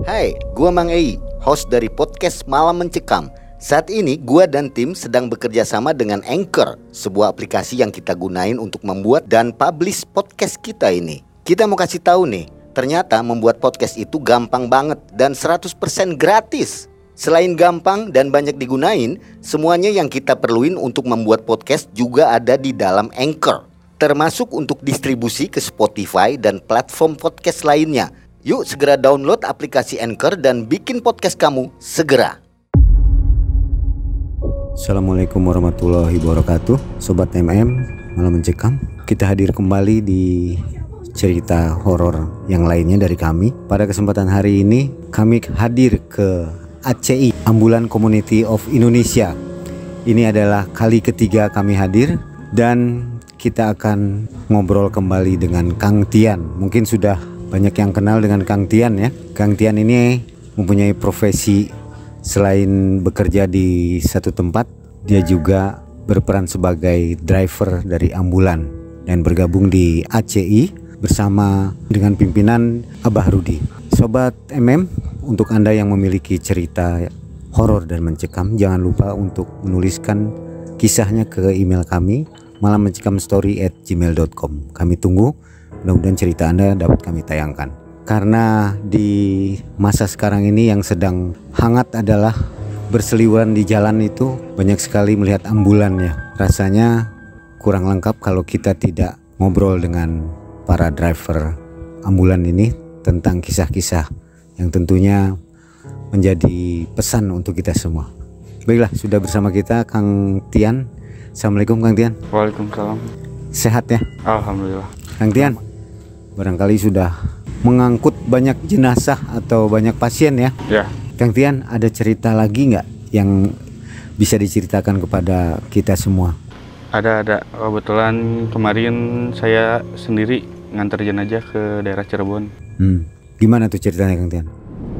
Hai, gua Mang Ei, host dari podcast Malam Mencekam. Saat ini gua dan tim sedang bekerja sama dengan Anchor, sebuah aplikasi yang kita gunain untuk membuat dan publish podcast kita ini. Kita mau kasih tahu nih, ternyata membuat podcast itu gampang banget dan 100% gratis. Selain gampang dan banyak digunain, semuanya yang kita perluin untuk membuat podcast juga ada di dalam Anchor, termasuk untuk distribusi ke Spotify dan platform podcast lainnya. Yuk segera download aplikasi Anchor dan bikin podcast kamu segera. Assalamualaikum warahmatullahi wabarakatuh. Sobat MM Malam Mencekam, kita hadir kembali di cerita horor yang lainnya dari kami. Pada kesempatan hari ini kami hadir ke ACI, Ambulan Community of Indonesia. Ini adalah kali ketiga kami hadir dan kita akan ngobrol kembali dengan Kang Tian. Mungkin sudah banyak yang kenal dengan Kang Tian ya. Kang Tian ini mempunyai profesi selain bekerja di satu tempat, dia juga berperan sebagai driver dari ambulan dan bergabung di ACI bersama dengan pimpinan Abah Rudi. Sobat MM, untuk Anda yang memiliki cerita horor dan mencekam, jangan lupa untuk menuliskan kisahnya ke email kami malammencekamstory@gmail.com. Kami tunggu. Mudah-mudahan cerita Anda dapat kami tayangkan. Karena di masa sekarang ini yang sedang hangat adalah berseliweran di jalan itu banyak sekali melihat ambulan ya. Rasanya kurang lengkap kalau kita tidak ngobrol dengan para driver ambulan ini tentang kisah-kisah yang tentunya menjadi pesan untuk kita semua. Baiklah, sudah bersama kita Kang Tian. Assalamualaikum Kang Tian. Waalaikumsalam. Sehat ya? Alhamdulillah. Kang Tian, barangkali sudah mengangkut banyak jenazah atau banyak pasien ya? Ya. Kang Tian, ada cerita lagi nggak yang bisa diceritakan kepada kita semua? Ada. Kebetulan kemarin saya sendiri nganter jenazah ke daerah Cirebon. Gimana tuh ceritanya Kang Tian?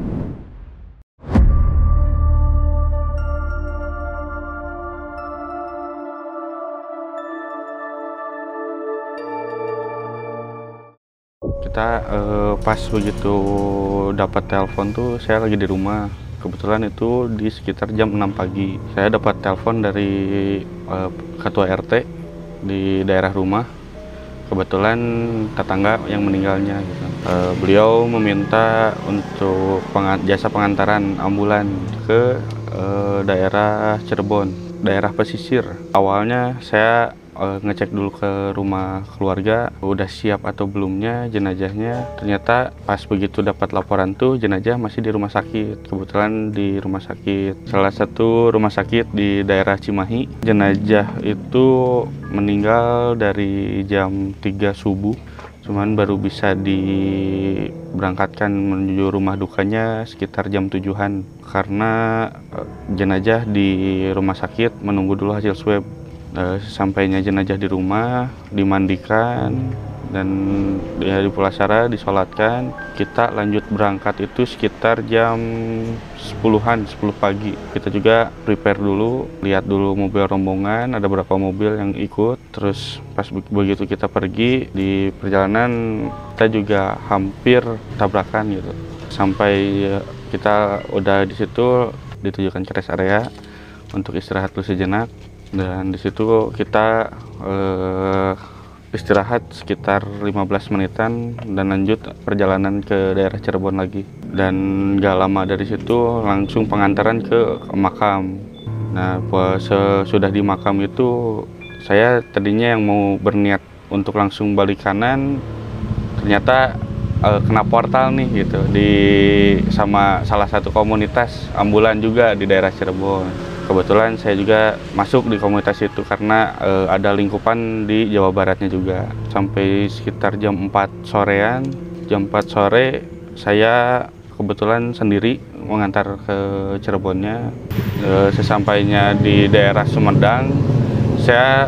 Kita pas begitu dapat telepon tuh saya lagi di rumah. Kebetulan itu di sekitar jam 6 pagi. Saya dapat telepon dari ketua RT di daerah rumah. Kebetulan tetangga yang meninggalnya gitu. Beliau meminta untuk jasa pengantaran ambulan ke daerah Cirebon, daerah pesisir. Awalnya saya ngecek dulu ke rumah keluarga udah siap atau belumnya jenazahnya. Ternyata pas begitu dapat laporan tuh jenazah masih di rumah sakit. Kebetulan di rumah sakit, salah satu rumah sakit di daerah Cimahi. Jenazah itu meninggal dari jam 3 subuh, cuman baru bisa diberangkatkan menuju rumah dukanya sekitar jam 7-an karena jenazah di rumah sakit menunggu dulu hasil swab. Sampainya jenazah di rumah, dimandikan dan ya dipulasara, disolatkan. Kita lanjut berangkat itu sekitar jam 10 pagi. Kita juga prepare dulu, lihat dulu mobil rombongan, ada berapa mobil yang ikut. Terus pas begitu kita pergi di perjalanan, kita juga hampir tabrakan gitu. Sampai kita udah di situ ditujukan ke rest area untuk istirahat dulu sejenak. Dan di situ kita istirahat sekitar 15 menitan dan lanjut perjalanan ke daerah Cirebon lagi. Dan gak lama dari situ langsung pengantaran ke makam. Nah, sudah di makam itu saya tadinya yang mau berniat untuk langsung balik kanan, ternyata kena portal nih gitu sama salah satu komunitas ambulan juga di daerah Cirebon. Kebetulan saya juga masuk di komunitas itu karena ada lingkupan di Jawa Baratnya juga. Sampai sekitar jam 4 sorean, jam 4 sore saya kebetulan sendiri mengantar ke Cirebonnya. Sesampainya di daerah Sumedang, saya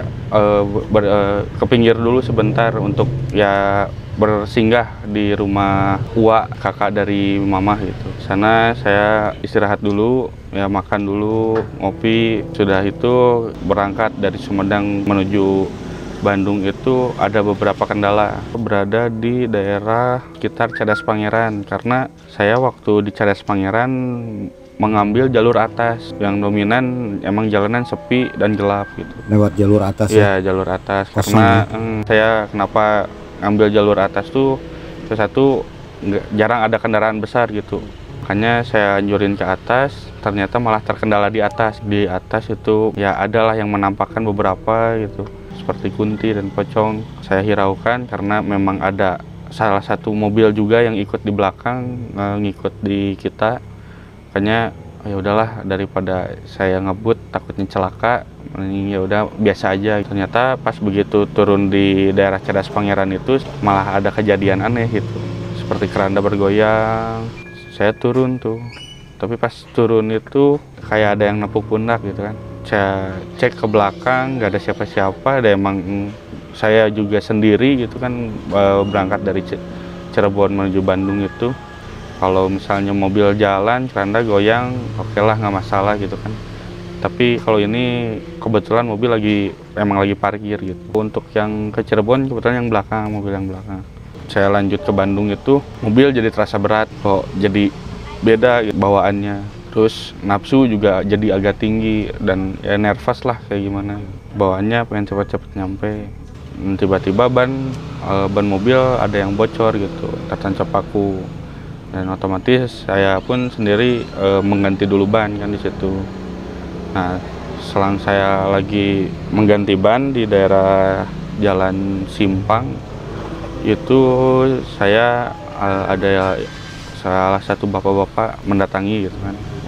ke pinggir dulu sebentar untuk ya bersinggah di rumah Ua, kakak dari Mamah gitu. Sana saya istirahat dulu, ya makan dulu, ngopi. Sudah itu berangkat dari Sumedang menuju Bandung itu ada beberapa kendala. Berada di daerah sekitar Cadas Pangeran, karena saya waktu di Cadas Pangeran mengambil jalur atas. Yang dominan emang jalanan sepi dan gelap gitu. Lewat jalur atas ya? Iya, jalur atas. Kosong, karena ya? Saya kenapa ngambil jalur atas tuh, satu jarang ada kendaraan besar gitu. Makanya saya anjurin ke atas, ternyata malah terkendala di atas. Di atas itu ya adalah yang menampakkan beberapa gitu, seperti kunti dan pocong. Saya hiraukan karena memang ada salah satu mobil juga yang ikut di belakang, ngikut di kita. Makanya ya udahlah, daripada saya ngebut takutnya celaka, ya udah biasa aja. Ternyata pas begitu turun di daerah Cadas Pangeran itu malah ada kejadian aneh gitu, seperti keranda bergoyang. Saya turun tuh, tapi pas turun itu kayak ada yang nepuk pundak gitu kan. Saya cek ke belakang, nggak ada siapa-siapa. Ada emang saya juga sendiri gitu kan, berangkat dari Cirebon menuju Bandung itu. Kalau misalnya mobil jalan, keranda goyang, oke lah, nggak masalah gitu kan. Tapi kalau ini kebetulan mobil emang lagi parkir gitu. Untuk yang ke Cirebon kebetulan yang belakang, mobil yang belakang. Saya lanjut ke Bandung itu, mobil jadi terasa berat kok, jadi beda gitu bawaannya. Terus nafsu juga jadi agak tinggi dan ya nervous lah kayak gimana. Bawaannya pengen cepet-cepet nyampe. Tiba-tiba ban mobil ada yang bocor gitu, tertancap paku. Dan otomatis saya pun sendiri mengganti dulu ban kan di situ. Nah, selang saya lagi mengganti ban di daerah Jalan Simpang, itu saya ada salah satu bapak-bapak mendatangi gitu kan,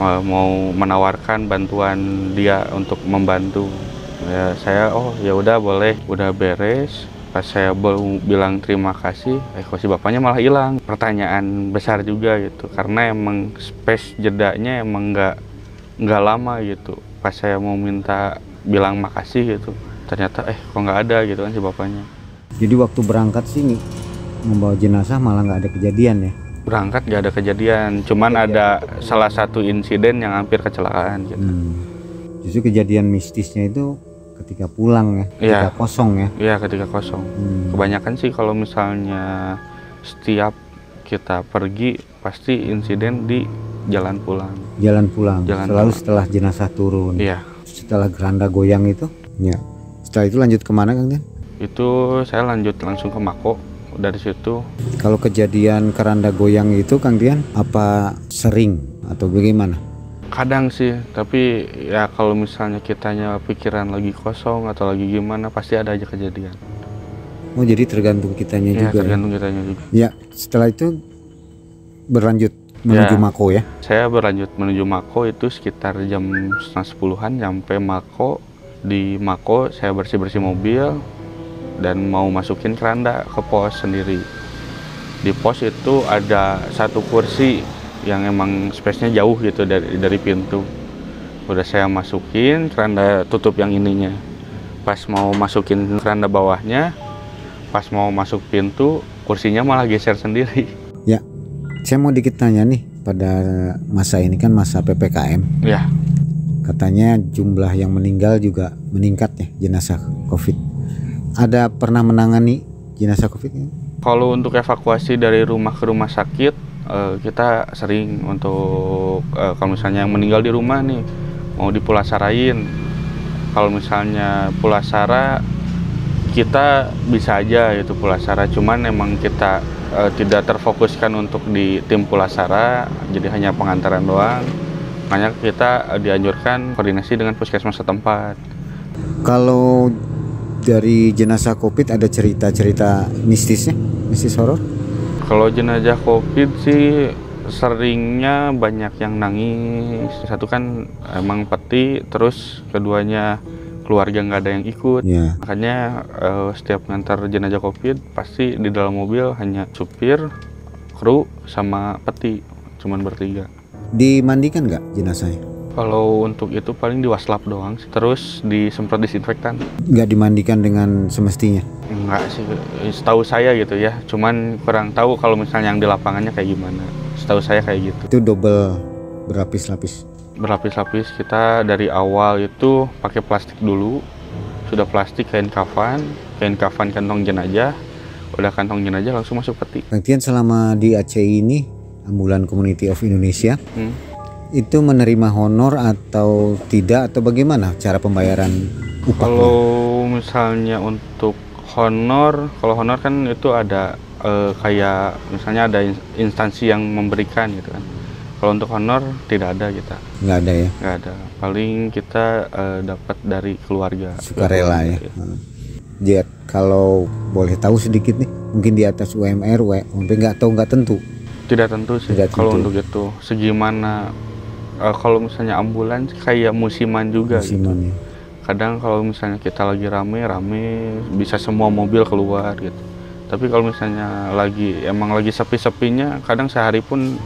mau menawarkan bantuan dia untuk membantu. Ya saya ya udah boleh, udah beres. Pas saya bilang terima kasih, si bapaknya malah hilang. Pertanyaan besar juga gitu, karena emang space jedanya emang nggak lama gitu. Pas saya mau minta bilang makasih gitu, ternyata kok nggak ada gitu kan si bapaknya. Jadi waktu berangkat sih membawa jenazah malah nggak ada kejadian ya? Berangkat nggak ada kejadian, cuman ada salah satu insiden yang hampir kecelakaan gitu. Justru kejadian mistisnya itu ketika pulang ya, ketika kosong ya? Iya, ketika kosong. Kebanyakan sih kalau misalnya setiap kita pergi pasti insiden di jalan pulang. Jalan pulang, selalu setelah jenazah turun. Iya. Setelah keranda goyang itu? Ya. Setelah itu lanjut kemana Kang Dian? Itu saya lanjut langsung ke Mako. Dari situ. Kalau kejadian keranda goyang itu Kang Dian apa sering atau bagaimana? Kadang sih, tapi ya kalau misalnya kitanya pikiran lagi kosong atau lagi gimana pasti ada aja kejadian. Oh, jadi tergantung kitanya juga. Tergantung kitanya juga. Ya, setelah itu berlanjut menuju Mako ya? Saya berlanjut menuju Mako itu sekitar jam 9:30-an nyampe Mako. Di Mako saya bersih-bersih mobil dan mau masukin keranda ke pos sendiri. Di pos itu ada satu kursi yang emang space-nya jauh gitu dari pintu. Udah saya masukin keranda tutup yang ininya. Pas mau masukin keranda bawahnya, pas mau masuk pintu, kursinya malah geser sendiri. Ya, saya mau dikit tanya nih, pada masa ini kan masa PPKM. Ya. Katanya jumlah yang meninggal juga meningkat ya, jenazah COVID. Ada pernah menangani jenazah COVID ya? Kalau untuk evakuasi dari rumah ke rumah sakit, kita sering untuk kalau misalnya yang meninggal di rumah nih mau dipulasarain. Kalau misalnya pulasara kita bisa aja itu pulasara, cuman emang kita tidak terfokuskan untuk di tim pulasara, jadi hanya pengantaran doang. Makanya kita dianjurkan koordinasi dengan puskesmas setempat. Kalau dari jenazah COVID ada cerita-cerita mistisnya, mistis horor? Kalau jenazah COVID sih seringnya banyak yang nangis. Satu kan emang peti, terus keduanya keluarga nggak ada yang ikut. Yeah. Makanya setiap ngantar jenazah COVID pasti di dalam mobil hanya supir, kru, sama peti, cuman bertiga. Dimandikan nggak jenazahnya? Kalau untuk itu paling diwaslap doang, terus disemprot disinfektan. Nggak dimandikan dengan semestinya? Enggak sih, setahu saya gitu ya. Cuman kurang tahu kalau misalnya yang di lapangannya kayak gimana. Setahu saya kayak gitu. Itu double berlapis-lapis? Berlapis-lapis. Kita dari awal itu pakai plastik dulu. Sudah plastik kain kafan. kain kafan kantong jenazah, udah kantong jenazah langsung masuk peti. Kang Tian selama di ACI ini, Ambulan Community of Indonesia, itu menerima honor atau tidak, atau bagaimana cara pembayaran upah? Kalau misalnya untuk honor, kalau honor kan itu ada kayak misalnya ada instansi yang memberikan gitu kan. Kalau untuk honor tidak ada kita. Nggak ada ya? Nggak ada. Paling kita dapat dari keluarga. Sukarela ya. Gitu. Dia kalau boleh tahu sedikit nih, mungkin di atas UMR, UMP nggak tentu. Tidak tentu sih. Kalau untuk itu segimana. Kalau misalnya ambulans kayak musiman juga. Musiman gitu. Ya. Kadang kalau misalnya kita lagi rame bisa semua mobil keluar gitu. Tapi kalau misalnya emang lagi sepi-sepinya, kadang sehari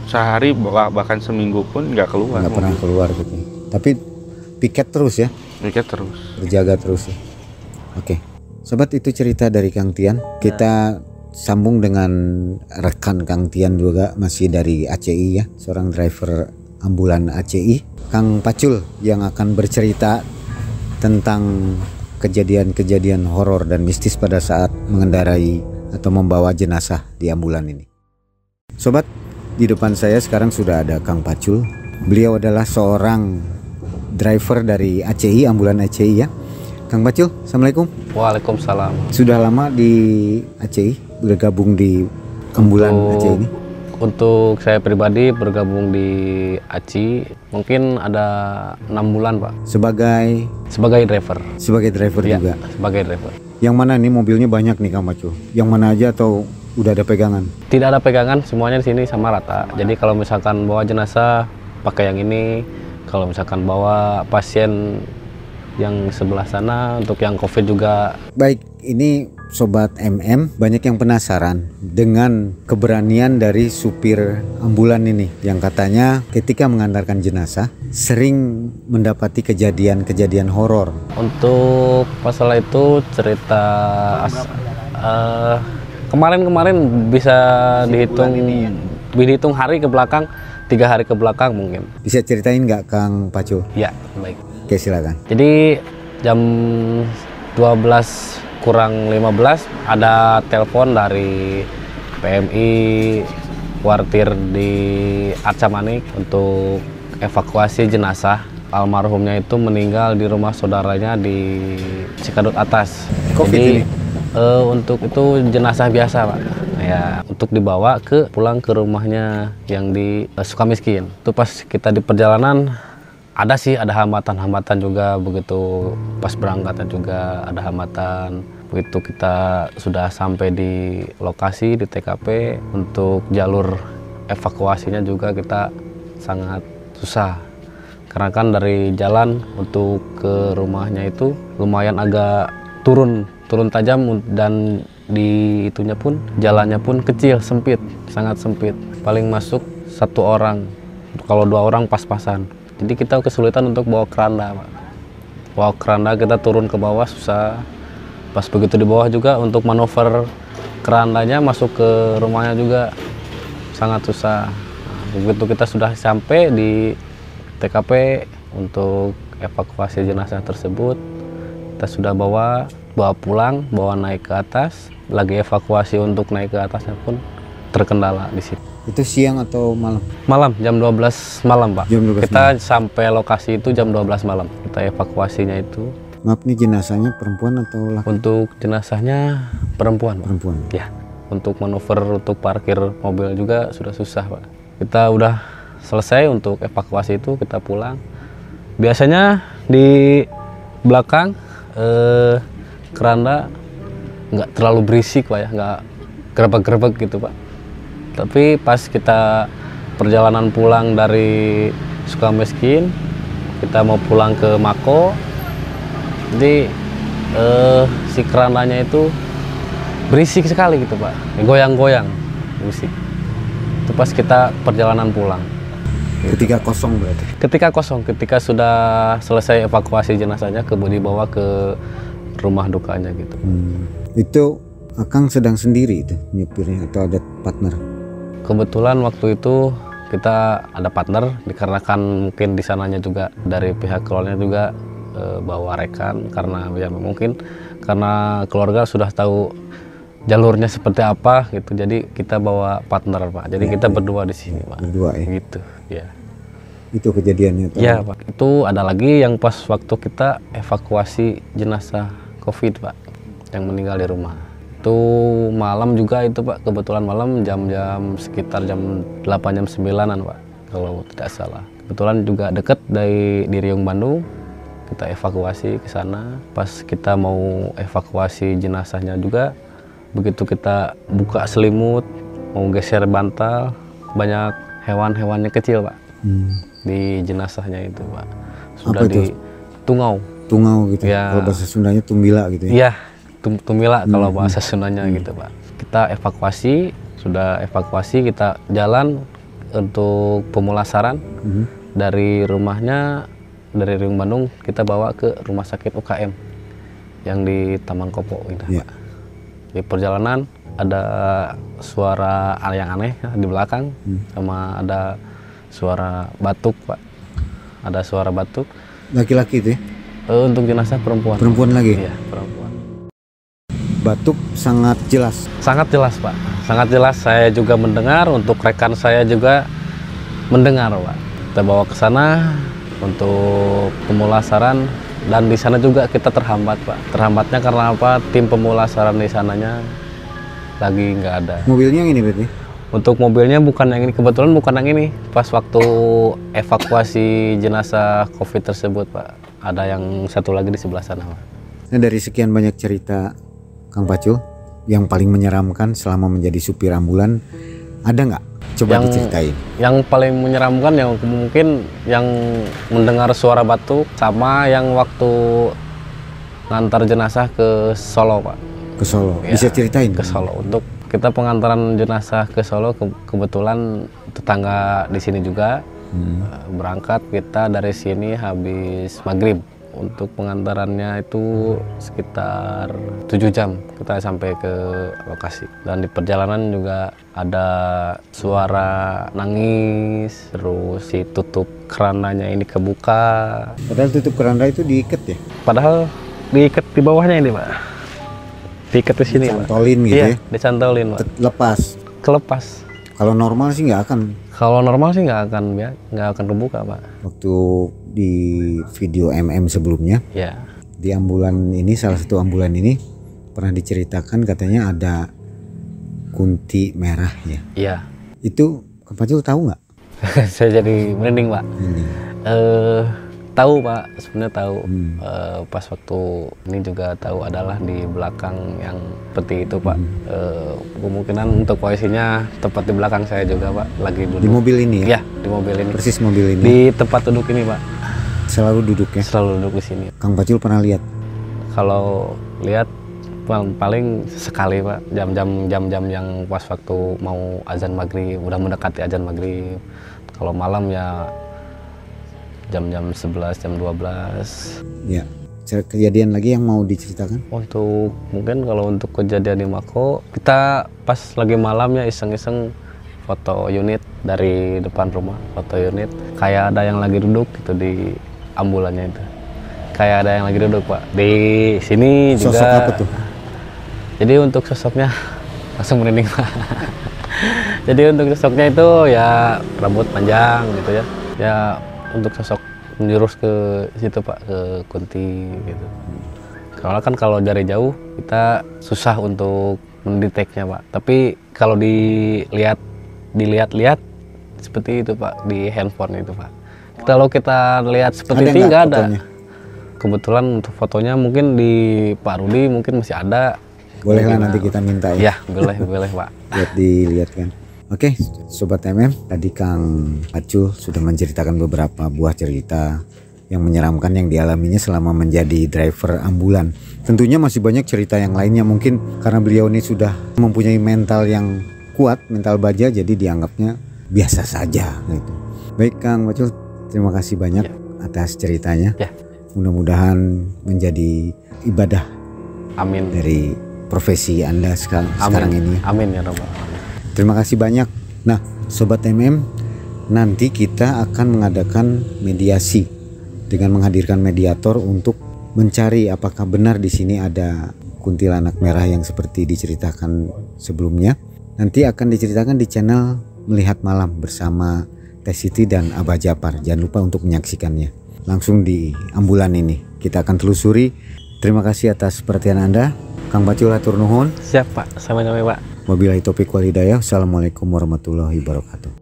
bahkan seminggu pun nggak keluar. Nggak pernah keluar gitu. Tapi piket terus ya? Piket terus. Berjaga terus ya. Oke. Sobat, itu cerita dari Kang Tian. Kita sambung dengan rekan Kang Tian juga, masih dari ACI ya, seorang driver ambulan ACI, Kang Pacul, yang akan bercerita tentang kejadian-kejadian horor dan mistis pada saat mengendarai atau membawa jenazah di ambulan ini. Sobat, di depan saya sekarang sudah ada Kang Pacul. Beliau adalah seorang driver dari ACI, ambulan ACI ya. Kang Pacul, Assalamualaikum. Waalaikumsalam. Sudah lama di ACI, bergabung di ambulan ACI ini? Untuk saya pribadi bergabung di ACI mungkin ada 6 bulan Pak. Sebagai driver. Sebagai driver ya, juga? Sebagai driver. Yang mana nih mobilnya banyak nih Kang Pacul? Yang mana aja atau udah ada pegangan? Tidak ada pegangan, semuanya di sini sama rata. Jadi kalau misalkan bawa jenazah pakai yang ini, kalau misalkan bawa pasien yang sebelah sana, untuk yang COVID juga. Baik, ini Sobat MM banyak yang penasaran dengan keberanian dari supir ambulan ini yang katanya ketika mengantarkan jenazah sering mendapati kejadian-kejadian horor. Untuk masalah itu cerita kemarin bisa dihitung hari ke belakang, 3 hari ke belakang mungkin. Bisa ceritain nggak Kang Pacul? Ya, baik. Oke, silakan. Jadi jam 12 kurang 15 ada telepon dari PMI kuartir di Arca Manik untuk evakuasi jenazah. Almarhumnya itu meninggal di rumah saudaranya di Cikadut Atas. COVID Jadi ini? Untuk itu jenazah biasa Pak. Ya, untuk dibawa pulang ke rumahnya yang di Sukamiskin. Itu pas kita di perjalanan ada hambatan-hambatan juga, begitu pas berangkatan juga ada hambatan. Begitu kita sudah sampai di lokasi di TKP, untuk jalur evakuasinya juga kita sangat susah. Karena kan dari jalan untuk ke rumahnya itu lumayan agak turun tajam, dan di itunya pun jalannya pun kecil, sempit, sangat sempit. Paling masuk 1 orang, kalau 2 orang pas-pasan. Jadi kita kesulitan untuk bawa keranda, Pak. Bawa keranda kita turun ke bawah susah. Pas begitu di bawah juga untuk manuver kerandanya masuk ke rumahnya juga sangat susah. Begitu kita sudah sampai di TKP untuk evakuasi jenazah tersebut, kita sudah bawa pulang, bawa naik ke atas. Lagi evakuasi untuk naik ke atasnya pun terkendala di situ. Itu siang atau malam? Malam, jam 12 malam Pak. Jam 12 kita malam. sampai lokasi itu jam 12 malam. Kita evakuasinya itu. Maaf, nih jenazahnya perempuan atau laki? Untuk jenazahnya perempuan Pak. Perempuan? Ya, untuk manuver, untuk parkir mobil juga sudah susah Pak. Kita udah selesai untuk evakuasi itu, kita pulang. Biasanya di belakang keranda nggak terlalu berisik Pak ya, nggak gerebek-gerebek gitu Pak. Tapi pas kita perjalanan pulang dari Sukamiskin, kita mau pulang ke Mako, jadi si kerandanya itu berisik sekali gitu Pak, goyang-goyang berisik. Itu pas kita perjalanan pulang. Ketika kosong berarti? Ketika kosong, ketika sudah selesai evakuasi jenazahnya, dibawa ke rumah dukanya gitu. Itu Akang sedang sendiri itu nyupirnya atau ada partner? Kebetulan waktu itu kita ada partner, dikarenakan mungkin di sananya juga dari pihak keluarnya juga bawa rekan karena ya mungkin karena keluarga sudah tahu jalurnya seperti apa gitu, jadi kita bawa partner Pak, jadi kita berdua di sini Pak. Berdua ya? Gitu ya. Itu kejadiannya? Iya Pak, itu ada lagi yang pas waktu kita evakuasi jenazah COVID Pak, yang meninggal di rumah. Itu malam juga itu Pak, kebetulan malam jam-jam sekitar jam 8 jam 9-an Pak, kalau tidak salah. Kebetulan juga deket di Riung Bandung, kita evakuasi ke sana. Pas kita mau evakuasi jenazahnya juga, begitu kita buka selimut, mau geser bantal, banyak hewan-hewannya kecil Pak di jenazahnya itu Pak. Sudah di tungau. Tungau gitu. Ya. Kalau bahasa Sundanya tumbila gitu ya? Iya, tumila kalau bahasa Sundanya gitu Pak. Kita evakuasi, sudah evakuasi kita jalan untuk pemulasaran dari rumahnya, dari Riung Bandung kita bawa ke rumah sakit UKM yang di Taman Kopo gitu Pak. Di perjalanan ada suara yang aneh di belakang, sama ada suara batuk Pak. Ada suara batuk. Laki-laki itu ya? Untuk jenazah perempuan. Perempuan lagi? Iya, perempuan. Batuk sangat jelas? Sangat jelas Pak, sangat jelas. Saya juga mendengar, untuk rekan saya juga mendengar Pak. Kita bawa ke sana untuk pemulasaran, dan di sana juga kita terhambat Pak. Terhambatnya karena apa? Tim pemulasaran di sananya lagi nggak ada. Mobilnya yang ini berarti? Untuk mobilnya bukan yang ini, kebetulan bukan yang ini. Pas waktu evakuasi jenazah COVID tersebut Pak, ada yang satu lagi di sebelah sana Pak. Nah, dari sekian banyak cerita Kang Pacul, yang paling menyeramkan selama menjadi supir ambulan ada nggak? Coba diceritain. Yang paling menyeramkan yang mungkin yang mendengar suara batuk, sama yang waktu ngantar jenazah ke Solo Pak. Ke Solo, Ya, bisa ceritain? Ke Solo. Untuk kita pengantaran jenazah ke Solo, kebetulan tetangga di sini juga berangkat. Kita dari sini habis maghrib. Untuk pengantarannya itu sekitar 7 jam kita sampai ke lokasi. Dan di perjalanan juga ada suara nangis, terus si tutup kerananya ini kebuka. Padahal tutup keranda itu diikat ya? Padahal diikat di bawahnya ini Pak. Diikat di sini Pak. Dicantolin gitu Iya, ya? dicantolin Pak. Lepas? Kelepas. Kalau normal sih nggak akan? Kalau normal sih nggak akan kebuka Pak. Waktu di video sebelumnya, Ya. di ambulan ini, salah satu ambulan ini pernah diceritakan katanya ada kunti merah ya. Iya. Itu Kang Pacul tahu nggak? Saya jadi merinding Pak. Ini. Tahu Pak, sebenarnya tahu. Pas waktu ini juga tahu, adalah di belakang yang seperti itu Pak. Kemungkinan untuk posisinya tepat di belakang saya juga Pak, lagi duduk. Di mobil ini ya? Iya, di mobil ini. Persis mobil ini? Di tempat duduk ini Pak. Selalu duduk ya? Selalu duduk di sini. Kang Pacul pernah lihat? Kalau lihat paling sekali Pak, jam-jam yang pas waktu mau azan maghrib, udah mendekati azan maghrib. Kalau malam ya jam-jam 11, jam 12. Ya. Kejadian lagi yang mau diceritakan? Untuk mungkin kalau untuk kejadian di Mako, kita pas lagi malam ya iseng-iseng foto unit dari depan rumah, foto unit. Kayak ada yang lagi duduk gitu di ambulannya itu. Kayak ada yang lagi duduk Pak. Di sini juga. Sosok apa tuh? Jadi untuk sosoknya langsung merinding Pak. Jadi untuk sosoknya itu ya rambut panjang gitu ya. Ya untuk sosok menjurus ke situ Pak, ke kunti gitu. Karena kan kalau dari jauh kita susah untuk mendeteknya Pak. Tapi kalau dilihat seperti itu Pak, di handphone itu Pak. Kalau kita lihat seperti itu nggak ada. Kebetulan untuk fotonya mungkin di Pak Rudi mungkin masih ada. Boleh lah nanti kita minta ya. Ya boleh Pak. Buat dilihatkan. Oke, Sobat tadi Kang Pacul sudah menceritakan beberapa buah cerita yang menyeramkan yang dialaminya selama menjadi driver ambulan. Tentunya masih banyak cerita yang lainnya, mungkin karena beliau ini sudah mempunyai mental yang kuat, mental baja, jadi dianggapnya biasa saja gitu. Baik Kang Pacul, terima kasih banyak atas ceritanya. Ya. Mudah-mudahan menjadi ibadah. Amin. Dari profesi Anda sekarang ini. Amin ya Rabbal Alamin. Terima kasih banyak. Nah, Sobat nanti kita akan mengadakan mediasi dengan menghadirkan mediator untuk mencari apakah benar di sini ada kuntilanak merah yang seperti diceritakan sebelumnya. Nanti akan diceritakan di channel Melihat Malam bersama Teh Siti dan Abah Japar. Jangan lupa untuk menyaksikannya langsung di ambulan ini. Kita akan telusuri. Terima kasih atas perhatian Anda. Kang Bacul hatur nuhun. Siap Pak, sama-sama Pak. Wabillahi taufiq wal hidayah. Assalamualaikum warahmatullahi wabarakatuh.